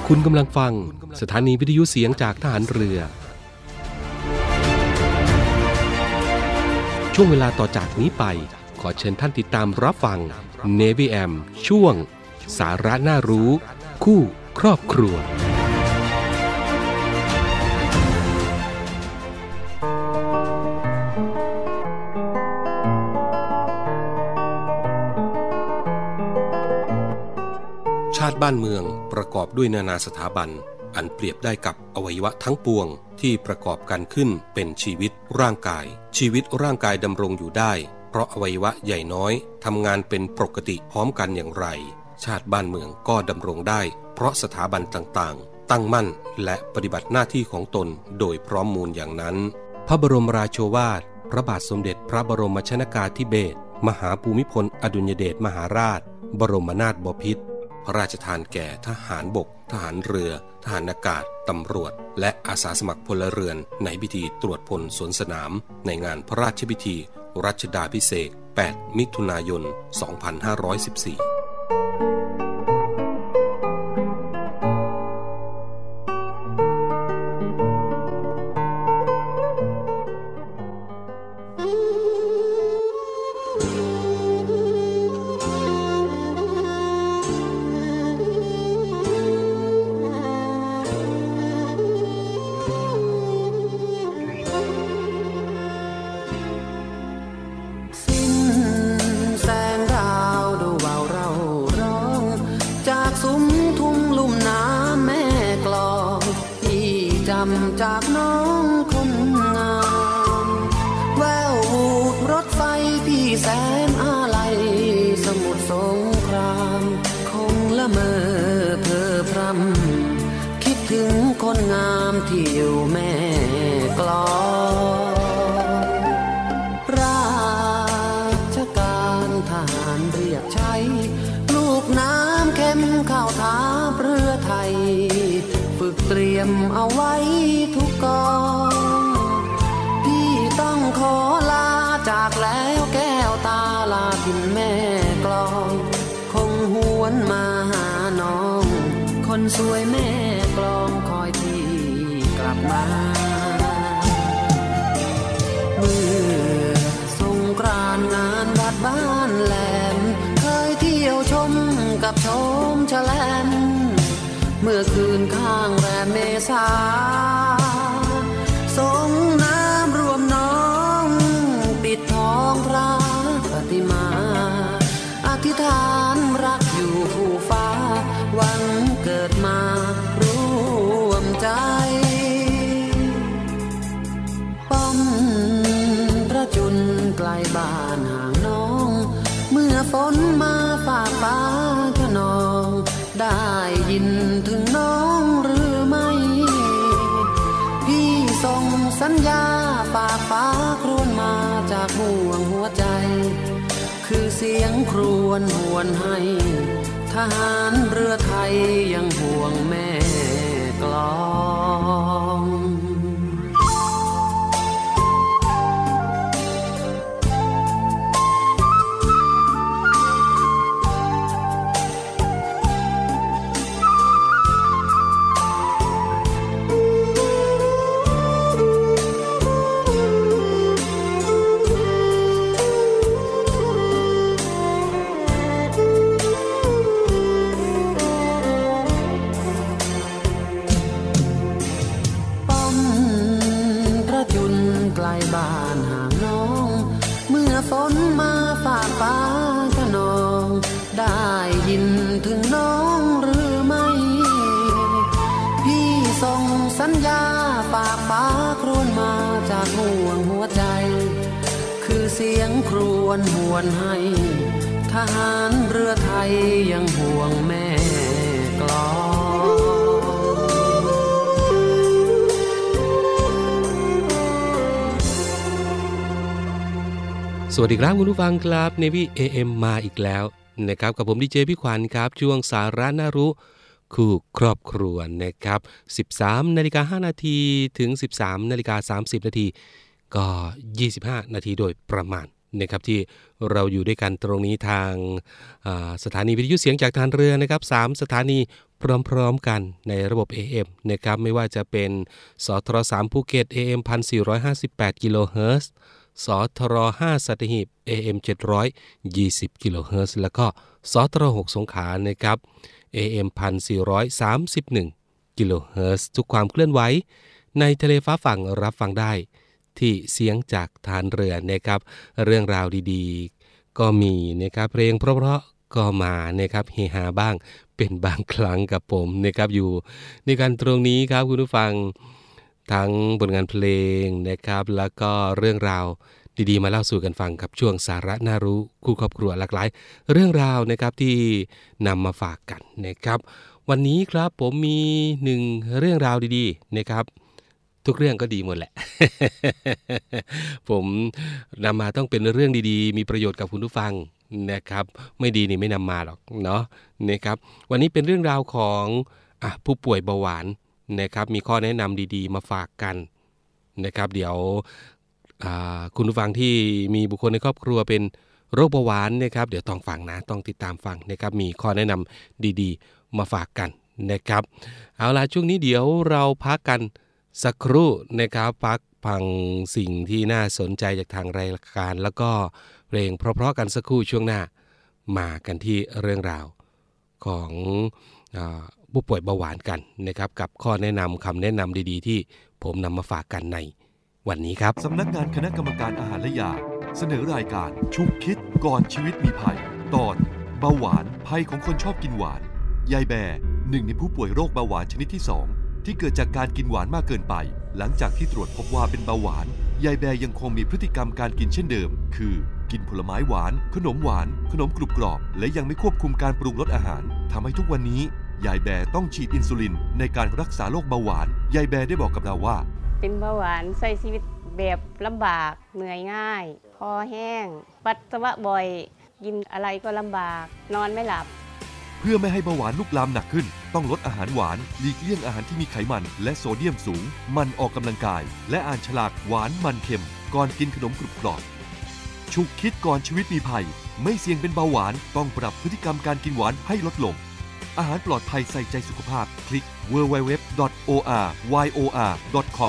คุณกำลังฟังสถานีวิทยุเสียงจากทหารเรือช่วงเวลาต่อจากนี้ไปขอเชิญท่านติดตามรับฟัง Navy AM ช่วงสาระน่ารู้คู่ครอบครัวชาติบ้านเมืองประกอบด้วยนานาสถาบันอันเปรียบได้กับอวัยวะทั้งปวงที่ประกอบกันขึ้นเป็นชีวิตร่างกายชีวิตร่างกายดำรงอยู่ได้เพราะอวัยวะใหญ่น้อยทำงานเป็นปกติพร้อมกันอย่างไรชาติบ้านเมืองก็ดำรงได้เพราะสถาบันต่างๆตั้งมั่นและปฏิบัติหน้าที่ของตนโดยพร้อมมูลอย่างนั้นพระบรมราโชวาทพระบาทสมเด็จพระบรมชนกาธิเบศรมหาภูมิพลอดุลยเดชมหาราชบรมนาถบพิตรพระราชทานแก่ทหารบกทหารเรือทหารอากาศตำรวจและอาสาสมัครพลเรือนในพิธีตรวจพลสวนสนามในงานพระราชพิธีรัชดาภิเษก 8 มิถุนายน 2514 จากน้องคนงามแวววูดรถไฟพี่แสนอาลัยสมุทรสงครามคงละเมอเพ้อพรำคิดถึงคนงามที่อยู่แม่กลองราชการทหารเรียกใช้ลูกน้ำเข้มเข้าท้าเรือไทยฝึกเตรียมเอาไว้ทุกกองพี่ต้องขอลาจากแล้วแก้วตาลาถิ่นแม่กลองคงหวนมาหาน้องคนสวยแม่กลองคอยพี่กลับมาเมื่อสงกรานต์งานวัดบ้านแหลมเคยเที่ยวชมกับชมแฉลมเมื่อคืนข้างแรมเมษาสงน้ำรวมน้องปิดทองพระปฏิมาอธิษฐานรักอยู่ผู้ฟ้าหวังเกิดมาร่วมใจป้อมพระจุลไกลบ้านห่างน้องเมื่อฝนมาฝ่าฟ้าขนองได้ยินถึงน้องหรือไม่พี่ส่งสัญญาฝากฟ้าครวญมาจากห่วงหัวใจคือเสียงครวญหวนให้ทหารเรือไทยยังห่วงแม่กลองบ้านห่างน้องเมื่อฝนมาฝ่าฟ้าขนองได้ยินถึงน้องหรือไม่พี่ส่งสัญญาฝากฟ้าครวญมาจากห่วงหัวใจคือเสียงครวญหวนให้ทหารเรือไทยยังห่วงแม่กลองสวัสดีครับคุณผู้ฟังครับ Navy AM มาอีกแล้วนะครับกับผมดีเจพี่ขวัญครับช่วงสาระน่ารู้คู่ครอบครัวนะครับ 13:05 นาทีถึง 13:30 นาทีก็25นาทีโดยประมาณนะครับที่เราอยู่ด้วยกันตรงนี้ทางสถานีวิทยุเสียงจากทหารเรือนะครับ3สถานีพร้อมๆกันในระบบ AM นะครับไม่ว่าจะเป็นสทร3ภูเก็ต AM 1458กิโลเฮิรตซ์สทร5สัตหีบ AM 720กิโลเฮิรตซ์แล้วก็สทร6สงขลานะครับ AM 1431กิโลเฮิรตซ์ทุกความเคลื่อนไหวในทะเลฟ้าฝั่งรับฟังได้ที่เสียงจากทหารเรือนะครับเรื่องราวดีๆก็มีนะครับเพลงเพราะๆก็มานะครับเฮฮาบ้างเป็นบางครั้งกับผมนะครับอยู่ในการตรงนี้ครับคุณผู้ฟังทั้งผลงานเพลงนะครับแล้วก็เรื่องราวดีๆมาเล่าสู่กันฟังกับช่วงสาระน่ารู้คู่ครอบครัวหลากหลายเรื่องราวนะครับที่นำมาฝากกันนะครับวันนี้ครับผมมี1เรื่องราวดีๆนะครับทุกเรื่องก็ดีหมดแหละ ผมนำมาต้องเป็นเรื่องดีๆมีประโยชน์กับคุณผู้ฟังนะครับไม่ดีนี่ไม่นำมาหรอกเนาะนะครับวันนี้เป็นเรื่องราวของผู้ป่วยเบาหวานนะครับมีข้อแนะนำดีๆมาฝากกันนะครับเดี๋ยวคุณผู้ฟังที่มีบุคคลในครอบครัวเป็นโรคเบาหวานนะครับเดี๋ยวต้องฟังนะต้องติดตามฟังนะครับมีข้อแนะนำดีๆมาฝากกันนะครับเอาล่ะช่วงนี้เดี๋ยวเราพักกันสักครู่นะครับพักฟังสิ่งที่น่าสนใจจากทางรายการแล้วก็เพลงเพราะๆกันสักครู่ช่วงหน้ามากันที่เรื่องราวของผู้ป่วยเบาหวานกันนะครับกับข้อแนะนำคำแนะนำดีๆที่ผมนำมาฝากกันในวันนี้ครับสำนักงานคณะกรรมการอาหารและยาเสนอรายการชุกคิดก่อนชีวิตมีภัยตอนเบาหวานภัยของคนชอบกินหวานยายแบร์หนึ่งในผู้ป่วยโรคเบาหวานชนิดที่2ที่เกิดจากการกินหวานมากเกินไปหลังจากที่ตรวจพบว่าเป็นเบาหวานยายแบร์ยังคงมีพฤติกรรมการกินเช่นเดิมคือกินผลไม้หวานขนมหวานขนมกรุบกรอบและยังไม่ควบคุมการปรุงรสอาหารทำให้ทุกวันนี้ยายแบร์ต้องฉีดอินซูลินในการรักษาโรคเบาหวานยายแบร์ได้บอกกับเราว่าเป็นเบาหวานใช้ชีวิตแบบลำบากเหนื่อยง่ายคอแห้งปัสสาวะบ่อยกินอะไรก็ลำบากนอนไม่หลับเพื่อไม่ให้เบาหวานลุกลามหนักขึ้นต้องลดอาหารหวานหลีกเลี่ยงอาหารที่มีไขมันและโซเดียมสูงมันออกกำลังกายและอ่านฉลากหวานมันเค็มก่อนกินขนมกรุบกรอบฉุกคิดก่อนชีวิตมีภัยไม่เสี่ยงเป็นเบาหวานต้องปรับพฤติกรรมการกินหวานให้ลดลงอาหารปลอดภัยใส่ใจสุขภาพคลิก www.oryor.com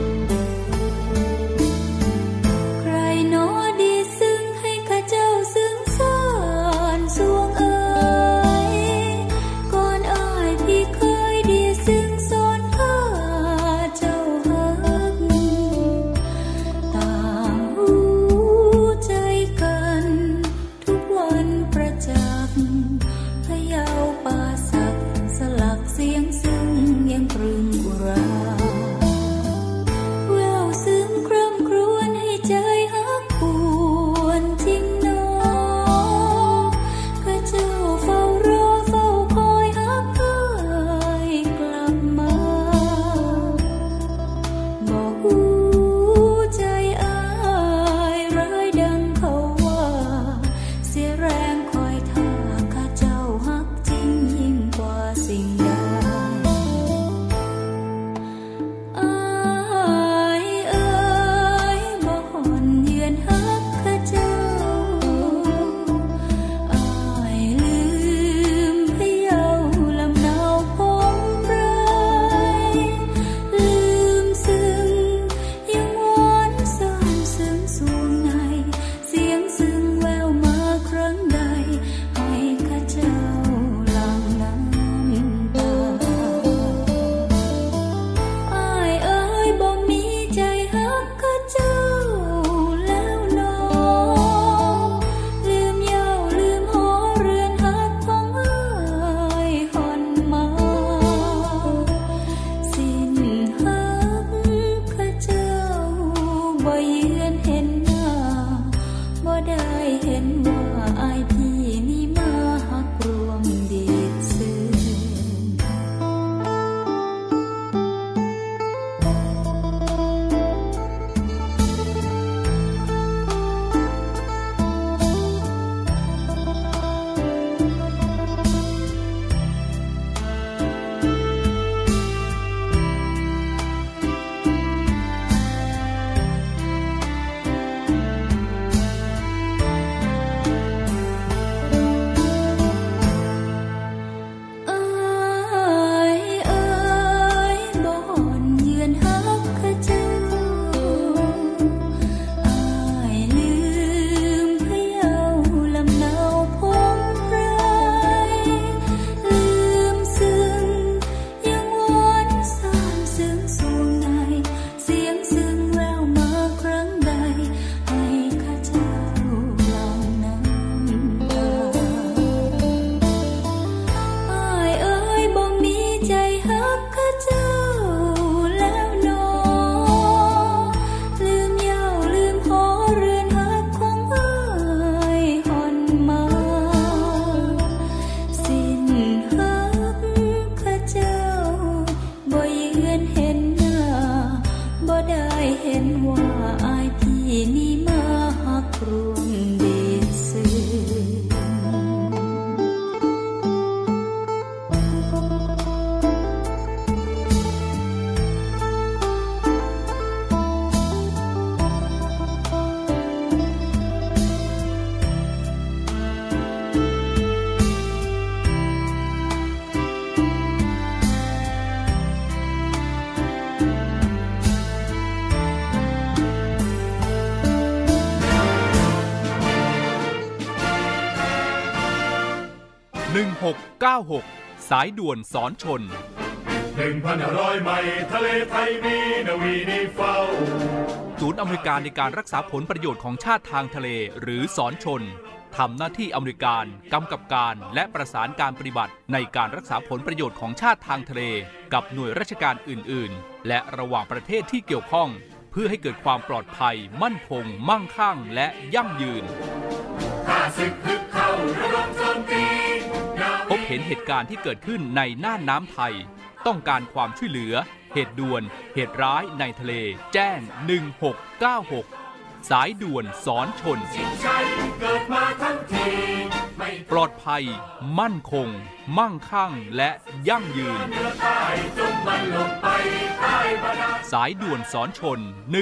ใครหนอดีซึ่งให้ข้าเจ้าซึ่ง 1696สายด่วนสอนชน 1,500 ไมล์ทะเลไทยมีนาวีนิเฝ้าศูนย์อเมริกันในการรักษาผลประโยชน์ของชาติทางทะเลหรือสอนชนทำหน้าที่อเมริกันกำกับการและประสานการปฏิบัติในการรักษาผลประโยชน์ของชาติทางทะเลกับหน่วยราชการอื่นๆและระหว่างประเทศที่เกี่ยวข้องเพื่อให้เกิดความปลอดภัยมั่นคงมั่งคั่งและยั่งยืนพบเห็นเหตุการณ์ที่เกิดขึ้นในน่านน้ำไทยต้องการความช่วยเหลือเหตุด่วนเหตุร้ายในทะเลแจ้ง1696สายด่วนสอนชนปลอดภัยมั่นคงมั่งคั่งและยั่งยืนสายด่วนสอนชน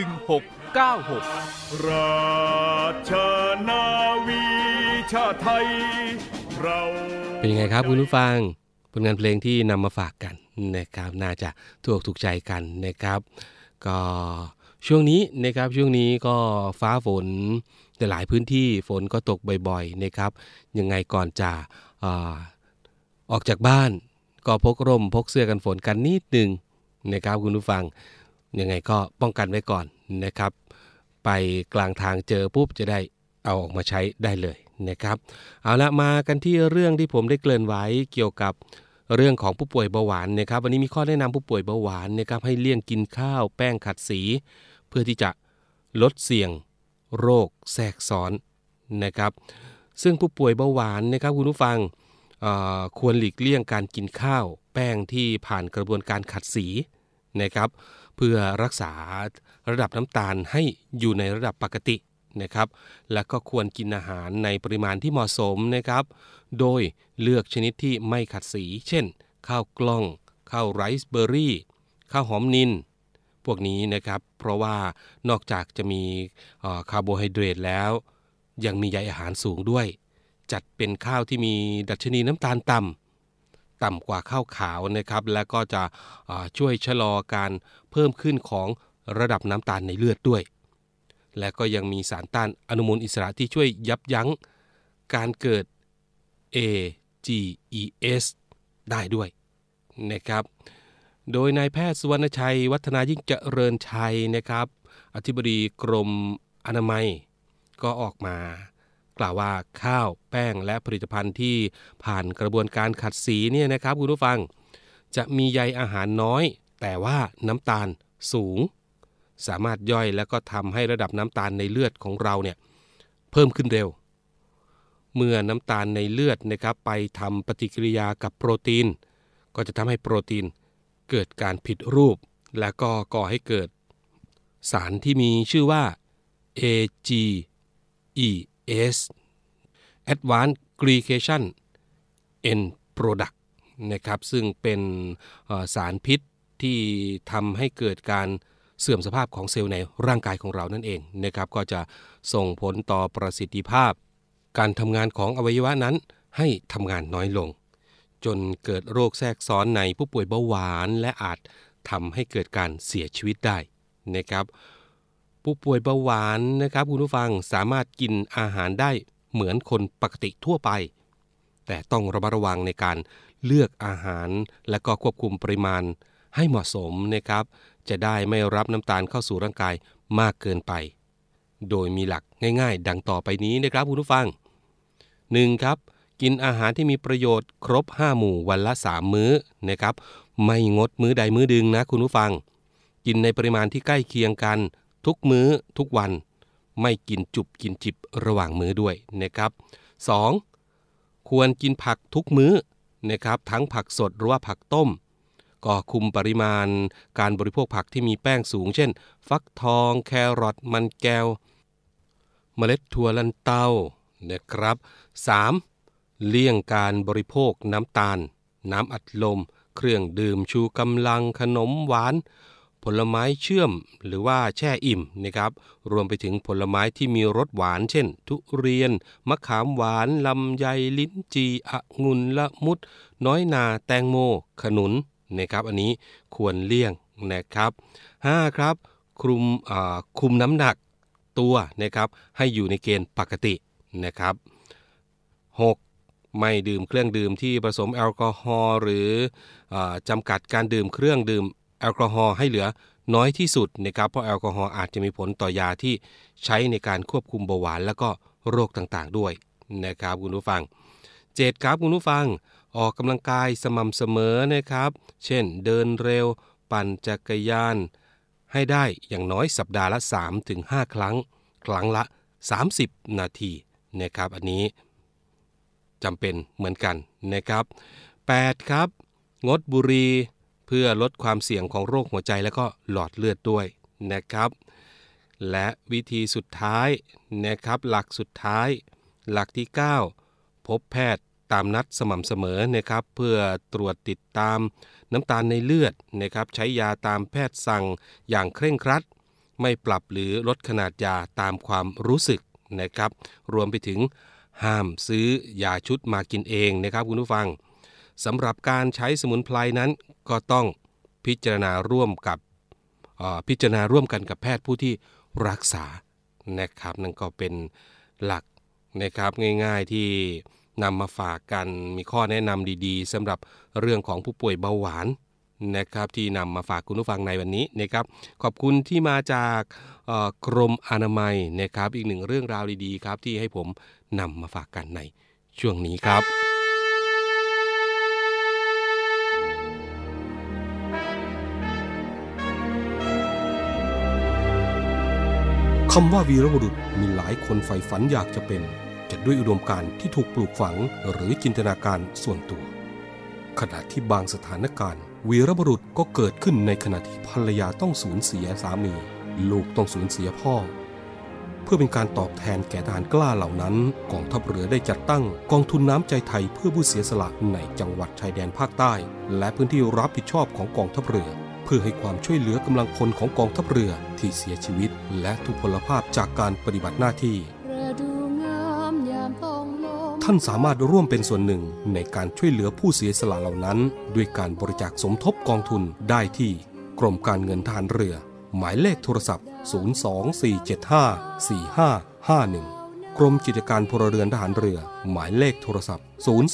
1696 ราชนาวีชาติไทยเราเป็นยังไงครับคุณผู้ฟังผลงานเพลงที่นำมาฝากกันนะครับน่าจะถูกใจกันนะครับก็ช่วงนี้ก็ฟ้าฝนในหลายพื้นที่ฝนก็ตกบ่อยๆนะครับยังไงก่อนจะออกจากบ้านก็พกร่มพกเสื้อกันฝนกันนิดนึงนะครับคุณผู้ฟังยังไงก็ป้องกันไว้ก่อนนะครับไปกลางทางเจอปุ๊บจะได้เอาออกมาใช้ได้เลยนะครับเอาละมากันที่เรื่องที่ผมได้เกริ่นไว้เกี่ยวกับเรื่องของผู้ป่วยเบาหวานนะครับวันนี้มีข้อแนะนำผู้ป่วยเบาหวานนะครับให้เลี่ยงกินข้าวแป้งขัดสีเพื่อที่จะลดเสี่ยงโรคแทรกซ้อนนะครับซึ่งผู้ป่วยเบาหวานนะครับคุณผู้ฟังควรหลีกเลี่ยงการกินข้าวแป้งที่ผ่านกระบวนการขัดสีนะครับเพื่อรักษาระดับน้ำตาลให้อยู่ในระดับปกตินะครับและก็ควรกินอาหารในปริมาณที่เหมาะสมนะครับโดยเลือกชนิดที่ไม่ขัดสีเช่นข้าวกล้องข้าวไรซ์เบอร์รี่ข้าวหอมนิลพวกนี้นะครับเพราะว่านอกจากจะมีคาร์โบไฮเดรตแล้วยังมีใยอาหารสูงด้วยจัดเป็นข้าวที่มีดัชนีน้ำตาลต่ำกว่าข้าวขาวนะครับและก็จะช่วยชะลอการเพิ่มขึ้นของระดับน้ำตาลในเลือดด้วยและก็ยังมีสารต้านอนุมูลอิสระที่ช่วยยับยั้งการเกิด AGEs ได้ด้วยนะครับโดยนายแพทย์สุวรรณชัยวัฒนายิ่งเจริญชัยนะครับอธิบดีกรมอนามัยก็ออกมากล่าวว่าข้าวแป้งและผลิตภัณฑ์ที่ผ่านกระบวนการขัดสีเนี่ยนะครับคุณผู้ฟังจะมีใยอาหารน้อยแต่ว่าน้ำตาลสูงสามารถย่อยแล้วก็ทำให้ระดับน้ำตาลในเลือดของเราเนี่ยเพิ่มขึ้นเร็วเมื่อน้ำตาลในเลือดนะครับไปทำปฏิกิริยากับโปรตีนก็จะทำให้โปรตีนเกิดการผิดรูปและก็ก่อให้เกิดสารที่มีชื่อว่า AGEs Advanced Glycation End Product นะครับซึ่งเป็นสารพิษที่ทำให้เกิดการเสื่อมสภาพของเซลล์ในร่างกายของเรานั่นเองนะครับก็จะส่งผลต่อประสิทธิภาพการทำงานของอวัยวะนั้นให้ทำงานน้อยลงจนเกิดโรคแทรกซ้อนในผู้ป่วยเบาหวานและอาจทำให้เกิดการเสียชีวิตได้นะครับผู้ป่วยเบาหวานนะครับคุณผู้ฟังสามารถกินอาหารได้เหมือนคนปกติทั่วไปแต่ต้องระมัดระวังในการเลือกอาหารและก็ควบคุมปริมาณให้เหมาะสมนะครับจะได้ไม่รับน้ำตาลเข้าสู่ร่างกายมากเกินไปโดยมีหลักง่ายๆดังต่อไปนี้นะครับคุณผู้ฟัง 1. ครับกินอาหารที่มีประโยชน์ครบ5หมู่วันละ3มื้อนะครับไม่งดมื้อใดมื้อดึงนะคุณผู้ฟังกินในปริมาณที่ใกล้เคียงกันทุกมื้อทุกวันไม่กินจุบกินจิบระหว่างมื้อด้วยนะครับ 2. ควรกินผักทุกมื้อนะครับทั้งผักสดหรือว่าผักต้มก็คุมปริมาณการบริโภคผักที่มีแป้งสูงเช่นฟักทองแครอทมันแก้วเมล็ดถั่วลันเตานะครับ 3. เลี่ยงการบริโภคน้ำตาลน้ำอัดลมเครื่องดื่มชูกำลังขนมหวานผลไม้เชื่อมหรือว่าแช่อิ่มนะครับรวมไปถึงผลไม้ที่มีรสหวานเช่นทุเรียนมะขามหวานลำไยลิ้นจี่องุ่นละมุดน้อยนาแตงโมขนุนนะครับอันนี้ควรเลี่ยงนะครับ 5. ครับคุมน้ำหนักตัวนะครับให้อยู่ในเกณฑ์ปกตินะครับ 6. ไม่ดื่มเครื่องดื่มที่ผสมแอลกอฮอล์หรือจำกัดการดื่มเครื่องดื่มแอลกอฮอล์ให้เหลือน้อยที่สุดนะครับเพราะแอลกอฮอล์อาจจะมีผลต่อยาที่ใช้ในการควบคุมเบาหวานแล้วก็โรคต่างๆด้วยนะครับคุณผู้ฟัง7ครับคุณผู้ฟังออกกำลังกายสม่ำเสมอนะครับเช่นเดินเร็วปั่นจักรยานให้ได้อย่างน้อยสัปดาห์ละ 3-5 ครั้งครั้งละ30นาทีนะครับอันนี้จำเป็นเหมือนกันนะครับ8ครับงดบุหรี่เพื่อลดความเสี่ยงของโรคหัวใจและก็หลอดเลือดด้วยนะครับและวิธีสุดท้ายนะครับหลักสุดท้ายหลักที่9พบแพทย์ตามนัดสม่ำเสมอนะครับเพื่อตรวจติดตามน้ำตาลในเลือดนะครับใช้ยาตามแพทย์สั่งอย่างเคร่งครัดไม่ปรับหรือลดขนาดยาตามความรู้สึกนะครับรวมไปถึงห้ามซื้อยาชุดมากินเองนะครับคุณผู้ฟังสำหรับการใช้สมุนไพรนั้นก็ต้องพิจารณาร่วมกันกับแพทย์ผู้ที่รักษานะครับนั่นก็เป็นหลักนะครับง่ายๆที่นำมาฝากกันมีข้อแนะนำดีๆสำหรับเรื่องของผู้ป่วยเบาหวานนะครับที่นำมาฝากคุณผู้ฟังในวันนี้นะครับขอบคุณที่มาจากกรมอนามัยนะครับอีกหนึ่งเรื่องราวดีๆครับที่ให้ผมนำมาฝากกันในช่วงนี้ครับคำว่าวีรบุรุษมีหลายคนใฝ่ฝันอยากจะเป็นจะด้วยอุดมการณ์ที่ถูกปลูกฝังหรือจินตนาการส่วนตัวขณะที่บางสถานการณ์วีรบุรุษก็เกิดขึ้นในขณะที่ภรรยาต้องสูญเสียสามีลูกต้องสูญเสียพ่อเพื่อเป็นการตอบแทนแก่ทหารกล้าเหล่านั้นกองทัพเรือได้จัดตั้งกองทุนน้ำใจไทยเพื่อผู้เสียสละในจังหวัดชายแดนภาคใต้และพื้นที่รับผิดชอบของกองทัพเรือเพื่อให้ความช่วยเหลือกำลังพลของกองทัพเรือที่เสียชีวิตและทุพพลภาพจากการปฏิบัติหน้าที่ท่านสามารถร่วมเป็นส่วนหนึ่งในการช่วยเหลือผู้เสียสละเหล่านั้นด้วยการบริจาคสมทบกองทุนได้ที่กรมการเงินทหารเรือหมายเลขโทรศัพท์024754551กรมกิจการพลเรือนทหารเรือหมายเลขโทรศัพท์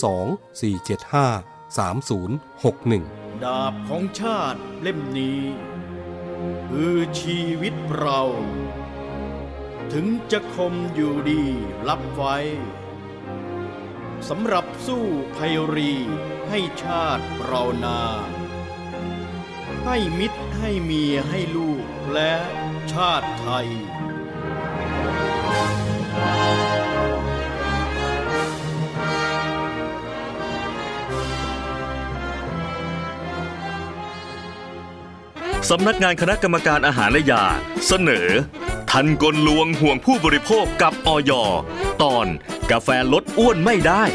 024753061 ดาบของชาติเล่มนี้คือชีวิตเราถึงจะคมอยู่ดีรับไว้สำหรับสู้ภัยรีให้ชาติเรานาให้มิตรให้เมียให้ลูกและชาติไทยสำนักงานคณะกรรมการอาหารและยาเสนอทันกลลวงห่วงผู้บริโภคกับอย.ตอนกาแฟลดอ้วนไม่ได้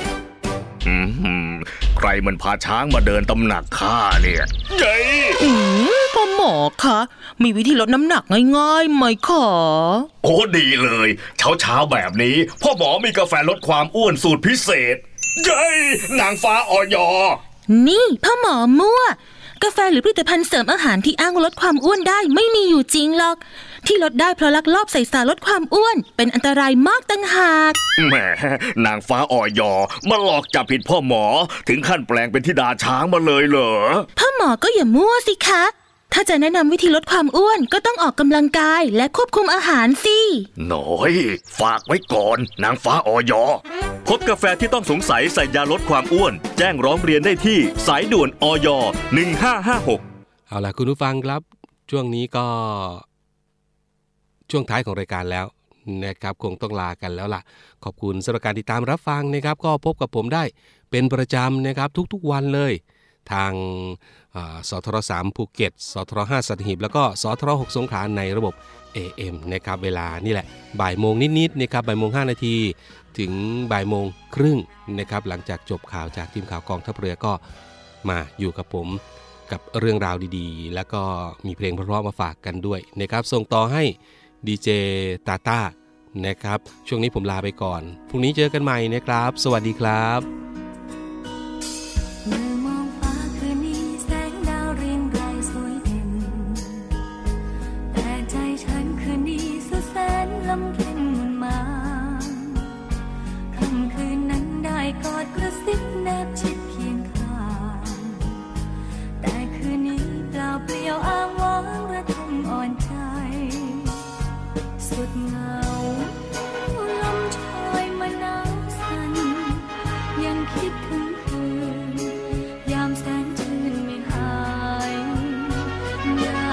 ใครมันพาช้างมาเดินตำหนักข้าเนี่ยเย้พ่อหมอคะมีวิธีลดน้ำหนักง่ายๆไหมขอโอ้ดีเลยเช้าแบบนี้พ่อหมอมีกาแฟลดความอ้วนสูตรพิเศษเย้นางฟ้าอย. นี่พ่อหมอมั่วกาแฟหรือผลิตภัณฑ์เสริมอาหารที่อ้างลดความอ้วนได้ไม่มีอยู่จริงหรอกที่ลดได้เพราะลักลอบใส่สารลดความอ้วนเป็นอันตรายมากตั้งหากแหมนางฟ้าอย.มาหลอกจับผิดพ่อหมอถึงขั้นแปลงเป็นธิดาช้างมาเลยเหรอพ่อหมอก็อย่ามั่วสิคะถ้าจะแนะนำวิธีลดความอ้วนก็ต้องออกกำลังกายและควบคุมอาหารสิน้อยฝากไว้ก่อนนางฟ้าอย.พบกาแฟที่ต้องสงสัยใส่ยาลดความอ้วนแจ้งร้องเรียนได้ที่สายด่วนอย 1556 เอาล่ะคุณผู้ฟังครับช่วงนี้ก็ช่วงท้ายของรายการแล้วนะครับคงต้องลากันแล้วล่ะขอบคุณสำหรับการติดตามรับฟังนะครับก็พบกับผมได้เป็นประจำนะครับทุกๆวันเลยทางสทร3ภูเก็ตสทร5สัตหีบแล้วก็สทร6สงขลาในระบบ AM นะครับเวลานี่แหละบ่ายโมงนิดๆนะครับบ่ายโมง5นาทีถึงบ่ายโมงครึ่งนะครับหลังจากจบข่าวจากทีมข่าวกองทัพเรือก็มาอยู่กับผมกับเรื่องราวดีๆแล้วก็มีเพลงเพราะๆมาฝากกันด้วยนะครับส่งต่อให้ดีเจตาต้านะครับช่วงนี้ผมลาไปก่อนพรุ่งนี้เจอกันใหม่นะครับสวัสดีครับลำเค็นมุนมาค่ำคืนนั้นได้กอดกระ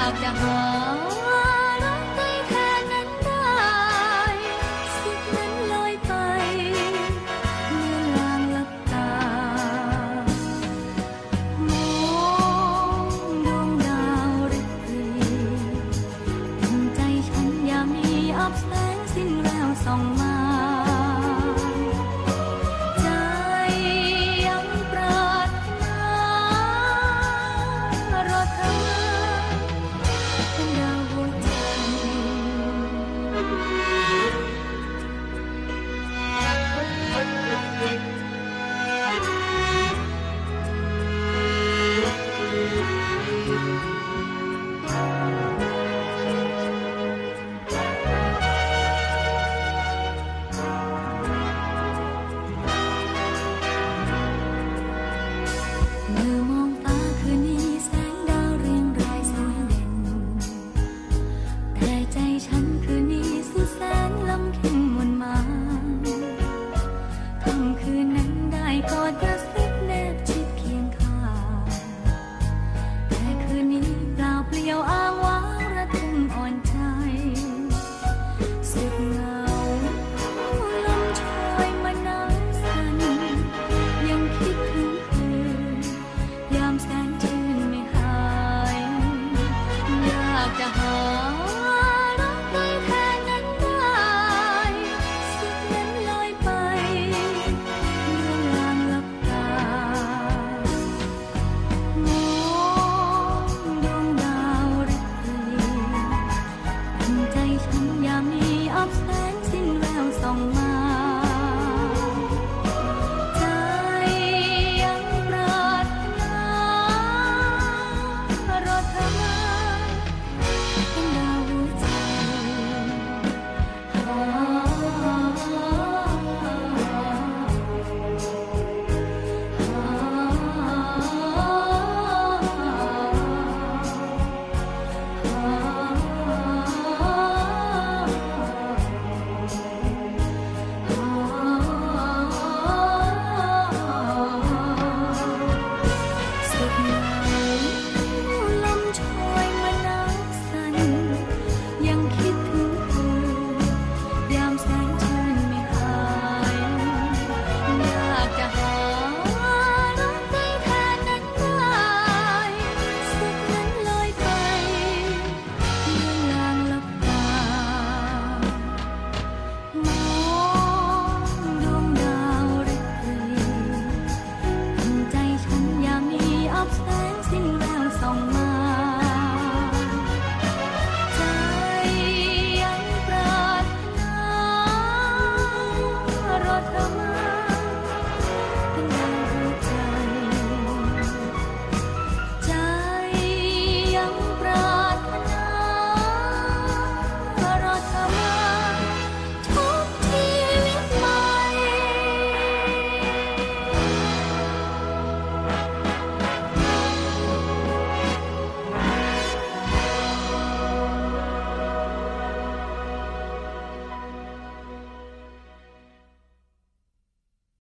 ากจะหารักใกล้แค่นั้นได้สุขนั้นลอยไปเมื่อลางลับตามองดวงดาวริบหรี่ดวงใจฉันอย่ามีอับแสงสิ้นแววส่องมายังปรารถนารอเธอ